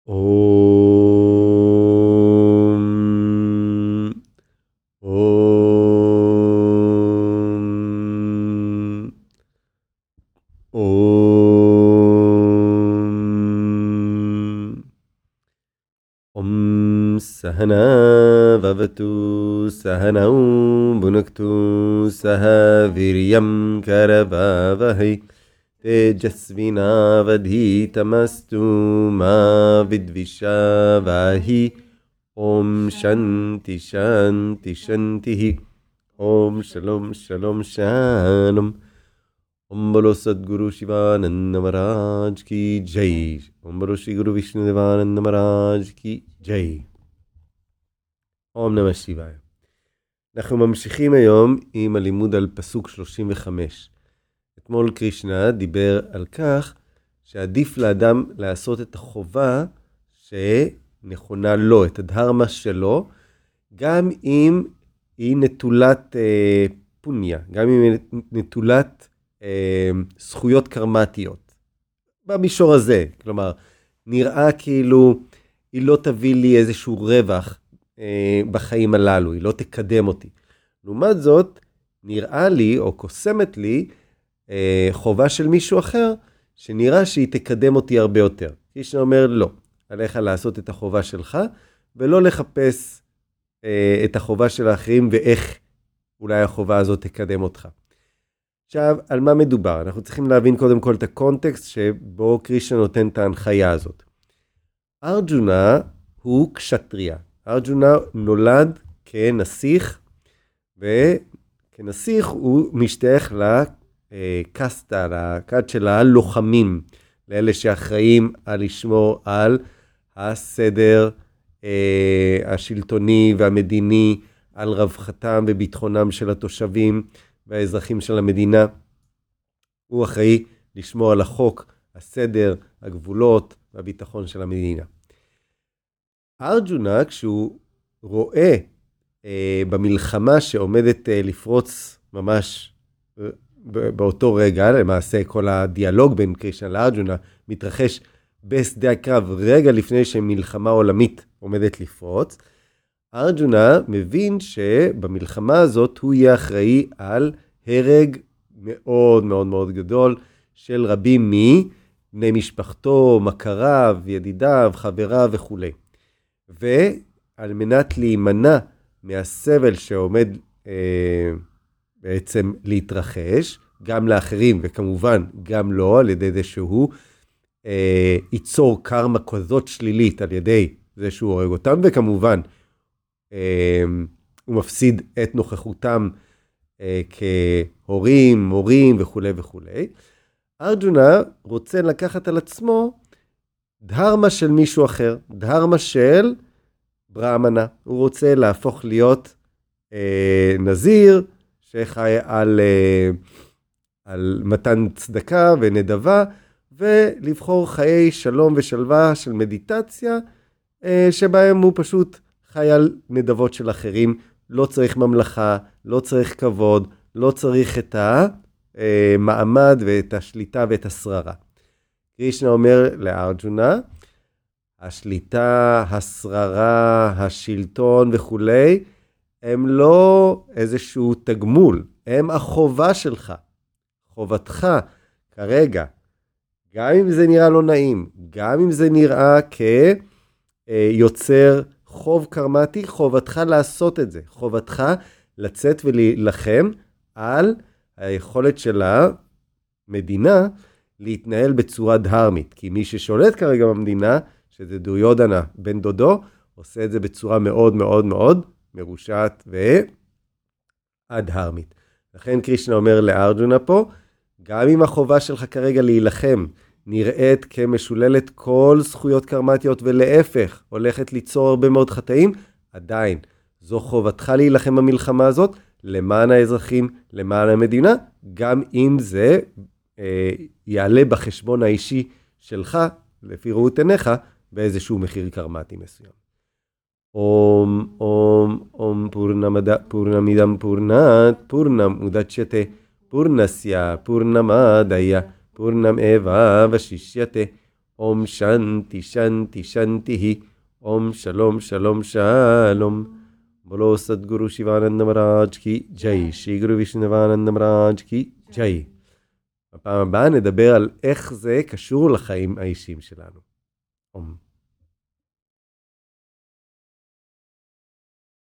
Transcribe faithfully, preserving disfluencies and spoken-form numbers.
Om. Om. Om. Om Sahana Vavatu Sahanau Bhunaktu Saha Viryam Karavavahi Tejasvinavadhitamastu ma vidvishavahi. Om Shanti Shanti Shanti. Om Shalom Shalom Shalom. Om Bolo Sadguru Shivananda Maharaj Ki Jai. Om Bolo Shri Guru Vishnu Devananda Maharaj Ki Jai. Om Namah Shivaya. אנחנו ממשיכים היום עם הלימוד על פסוק שלושים וחמש. אתמול קרישנה דיבר על כך שעדיף לאדם לעשות את החובה שנכונה לו, את הדהרמה שלו, גם אם היא נטולת אה, פוניה, גם אם היא נטולת אה, זכויות קרמטיות. במישור הזה, כלומר, נראה כאילו היא לא תביא לי איזשהו רווח אה, בחיים הללו, היא לא תקדם אותי. לעומת זאת, נראה לי או קוסמת לי אה, חובה של מישהו אחר, שנראה שהיא תקדם אותי הרבה יותר. קרישנה אומר לא, עליך לעשות את החובה שלך, ולא לחפש אה, את החובה של האחרים ואיך אולי החובה הזאת תקדם אותך. עכשיו, על מה מדובר? אנחנו צריכים להבין קודם כל את הקונטקסט שבו קרישנה נותן את ההנחיה הזאת. ארג'ונה הוא קשטריה. ארג'ונה נולד כנסיך, וכנסיך הוא משתייך לקסטה, לכת של הלוחמים, לאלה שאחראים על לשמור על הסדר אה, השלטוני והמדיני, על רווחתם וביטחונם של התושבים והאזרחים של המדינה. הוא אחראי לשמור על החוק, הסדר, הגבולות והביטחון של המדינה. ארג'ונה, כשהוא רואה אה, במלחמה שעומדת אה, לפרוץ ממש אה, באותו רגע, למעשה כל הדיאלוג בין קרישנה לארג'ונה מתרחש בשדה הקרב רגע לפני שמלחמה עולמית עומדת לפרוץ, ארג'ונה מבין שבמלחמה הזאת הוא יהיה אחראי על הרג מאוד מאוד מאוד גדול של רבים מבני משפחתו, מכריו, ידידיו, חבריו וכו'. ועל מנת להימנע מהסבל שעומד אה, בעצם להתרחש, גם לאחרים וכמובן גם לו, על ידי זה שהוא אה, ייצור קרמה כזאת שלילית על ידי זה שהוא הורג אותם, וכמובן אה, הוא מפסיד את נוכחותם אה, כהורים, מורים וכו' וכו'. ארג'ונה רוצה לקחת על עצמו דהרמה של מישהו אחר, דהרמה של ברהמנה. הוא רוצה להפוך להיות אה, נזיר שחי על, אה, על מתן צדקה ונדבה, ולבחור חיי שלום ושלווה של מדיטציה, אה, שבהם הוא פשוט חי על נדבות של אחרים, לא צריך ממלכה, לא צריך כבוד, לא צריך את המעמד ואת השליטה ואת השררה. קרישנה אומר לארג'ונה, השליטה, השררה, השלטון וכו', הם לא איזשהו תגמול, הם החובה שלך, חובתך כרגע. גם אם זה נראה לא נעים, גם אם זה נראה כיוצר חוב קרמטי, חובתך לעשות את זה. חובתך לצאת ולהילחם על היכולת של המדינה להתנהל בצורה דהרמית. כי מי ששולט כרגע במדינה, שזה דוריודנה, בן דודו, עושה את זה בצורה מאוד מאוד מאוד מרושעת והדהרמית. לכן קרישנה אומר לארג'ונה פה, גם אם החובה שלך כרגע להילחם נראית כמשוללת כל זכויות קרמטיות ולהפך הולכת ליצור הרבה מאוד חטאים, עדיין זו חובתך להילחם במלחמה הזאת למען האזרחים, למען המדינה, גם אם זה אה, יעלה בחשבון האישי שלך, לפי ראות עיניך, באיזשהו מחיר קרמטי מסוים. אום אום אום פורנמדה פורנמידם פורנת פורנם מודצ'תה פורנסיה פורנמדיה פורנם אבה ושישייתה אום שנתי שנתי שנתי היא, אום שלום שלום שלום. בולו סדגורו שיבאננדה מראג' כי ג'יי, שיגרו וישנבאננדה מראג' כי ג'יי. בפעם הבאה נדבר על איך זה קשור לחיים האישיים שלנו. אום.